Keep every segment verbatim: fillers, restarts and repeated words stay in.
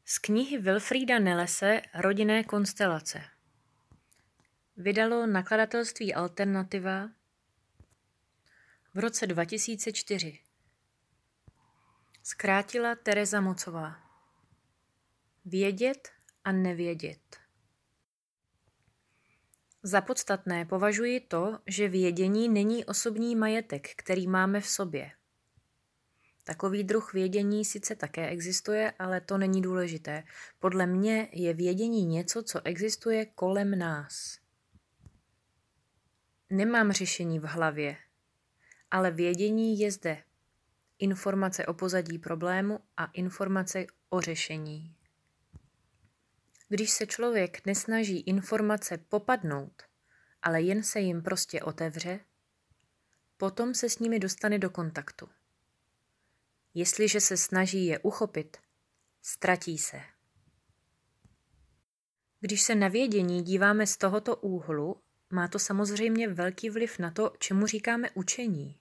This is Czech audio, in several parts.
Z knihy Wilfrida Nellese Rodinné konstelace. Vydalo nakladatelství Alternativa v roce dva tisíce čtyři. Zkrátila Tereza Mocová. Vědět a nevědět. Za podstatné považuji to, že vědění není osobní majetek, který máme v sobě. Takový druh vědění sice také existuje, ale to není důležité. Podle mě je vědění něco, co existuje kolem nás. Nemám řešení v hlavě, ale vědění je zde. Informace o pozadí problému a informace o řešení. Když se člověk nesnaží informace popadnout, ale jen se jim prostě otevře, potom se s nimi dostane do kontaktu. Jestliže se snaží je uchopit, ztratí se. Když se na vědění díváme z tohoto úhlu, má to samozřejmě velký vliv na to, čemu říkáme učení.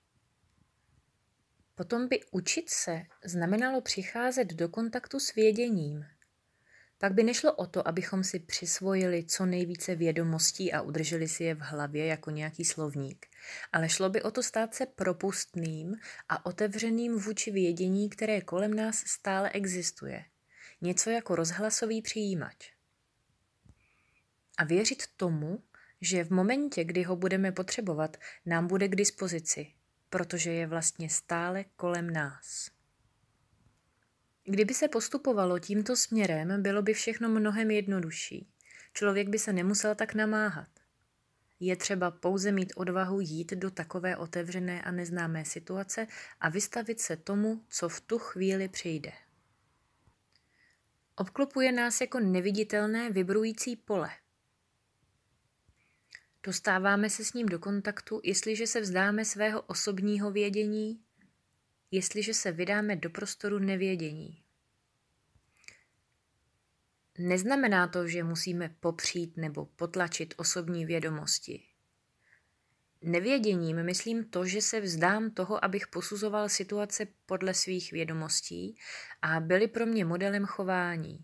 Potom by učit se znamenalo přicházet do kontaktu s věděním. Pak by nešlo o to, abychom si přisvojili co nejvíce vědomostí a udrželi si je v hlavě jako nějaký slovník, ale šlo by o to stát se propustným a otevřeným vůči vědění, které kolem nás stále existuje. Něco jako rozhlasový přijímač. A věřit tomu, že v momentě, kdy ho budeme potřebovat, nám bude k dispozici, protože je vlastně stále kolem nás. Kdyby se postupovalo tímto směrem, bylo by všechno mnohem jednodušší. Člověk by se nemusel tak namáhat. Je třeba pouze mít odvahu jít do takové otevřené a neznámé situace a vystavit se tomu, co v tu chvíli přijde. Obklopuje nás jako neviditelné vibrující pole. Dostáváme se s ním do kontaktu, jestliže se vzdáme svého osobního vědění, jestliže se vydáme do prostoru nevědění. Neznamená to, že musíme popřít nebo potlačit osobní vědomosti. Nevěděním myslím to, že se vzdám toho, abych posuzoval situace podle svých vědomostí a byly pro mě modelem chování.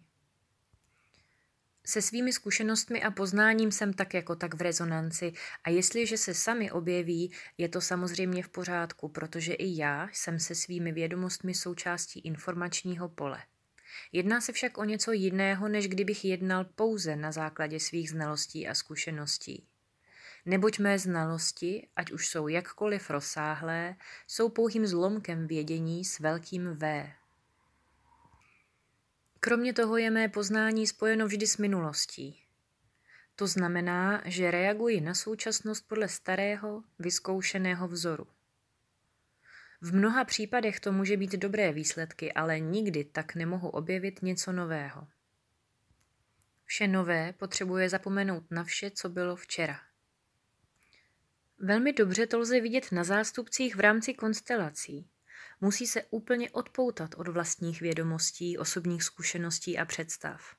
Se svými zkušenostmi a poznáním jsem tak jako tak v rezonanci a jestliže se sami objeví, je to samozřejmě v pořádku, protože i já jsem se svými vědomostmi součástí informačního pole. Jedná se však o něco jiného, než kdybych jednal pouze na základě svých znalostí a zkušeností. Neboť mé znalosti, ať už jsou jakkoliv rozsáhlé, jsou pouhým zlomkem vědění s velkým V. Kromě toho je mé poznání spojeno vždy s minulostí. To znamená, že reaguji na současnost podle starého, vyzkoušeného vzoru. V mnoha případech to může být dobré výsledky, ale nikdy tak nemohu objevit něco nového. Vše nové potřebuje zapomenout na vše, co bylo včera. Velmi dobře to lze vidět na zástupcích v rámci konstelací. Musí se úplně odpoutat od vlastních vědomostí, osobních zkušeností a představ.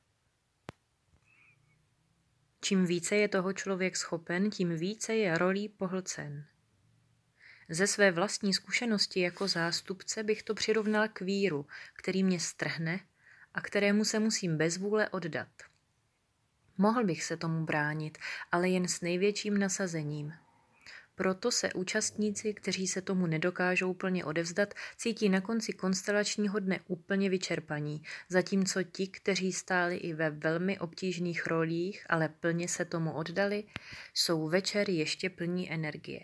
Čím více je toho člověk schopen, tím více je rolí pohlcen. Ze své vlastní zkušenosti jako zástupce bych to přirovnal k víru, který mě strhne a kterému se musím bez vůle oddat. Mohl bych se tomu bránit, ale jen s největším nasazením. Proto se účastníci, kteří se tomu nedokážou plně odevzdat, cítí na konci konstelačního dne úplně vyčerpaní, zatímco ti, kteří stáli i ve velmi obtížných rolích, ale plně se tomu oddali, jsou večer ještě plní energie.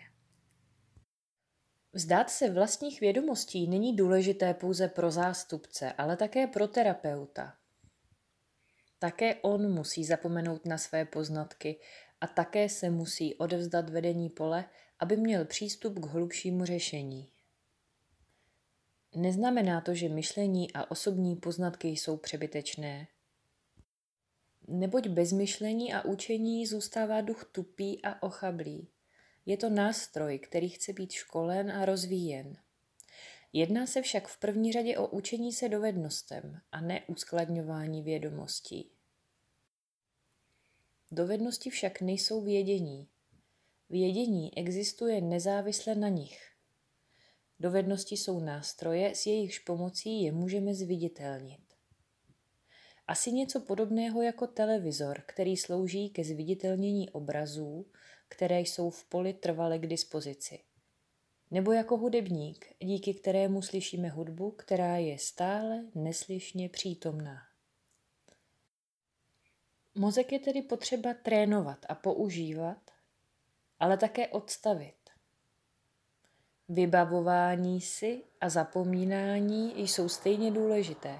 Vzdát se vlastních vědomostí není důležité pouze pro zástupce, ale také pro terapeuta. Také on musí zapomenout na své poznatky a také se musí odevzdat vedení pole, aby měl přístup k hlubšímu řešení. Neznamená to, že myšlení a osobní poznatky jsou přebytečné. Neboť bez myšlení a učení zůstává duch tupý a ochablý. Je to nástroj, který chce být školen a rozvíjen. Jedná se však v první řadě o učení se dovednostem a ne uskladňování vědomostí. Dovednosti však nejsou vědění. Vědění existuje nezávisle na nich. Dovednosti jsou nástroje, s jejichž pomocí je můžeme zviditelnit. Asi něco podobného jako televizor, který slouží ke zviditelnění obrazů, které jsou v poli trvale k dispozici. Nebo jako hudebník, díky kterému slyšíme hudbu, která je stále neslyšně přítomná. Mozek je tedy potřeba trénovat a používat, ale také odstavit. Vybavování si a zapomínání jsou stejně důležité.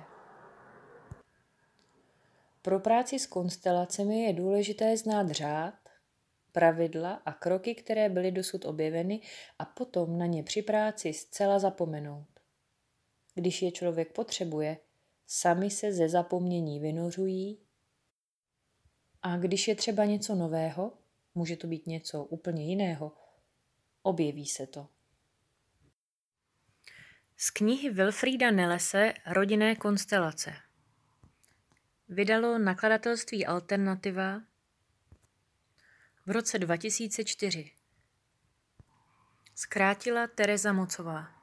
Pro práci s konstelacemi je důležité znát řád, pravidla a kroky, které byly dosud objeveny, a potom na ně při práci zcela zapomenout. Když je člověk potřebuje, sami se ze zapomnění vynořují, a když je třeba něco nového, může to být něco úplně jiného, objeví se to. Z knihy Wilfrida Nellese Rodinné konstelace vydalo nakladatelství Alternativa v roce dva tisíce čtyři. Zkrátila Tereza Mocová.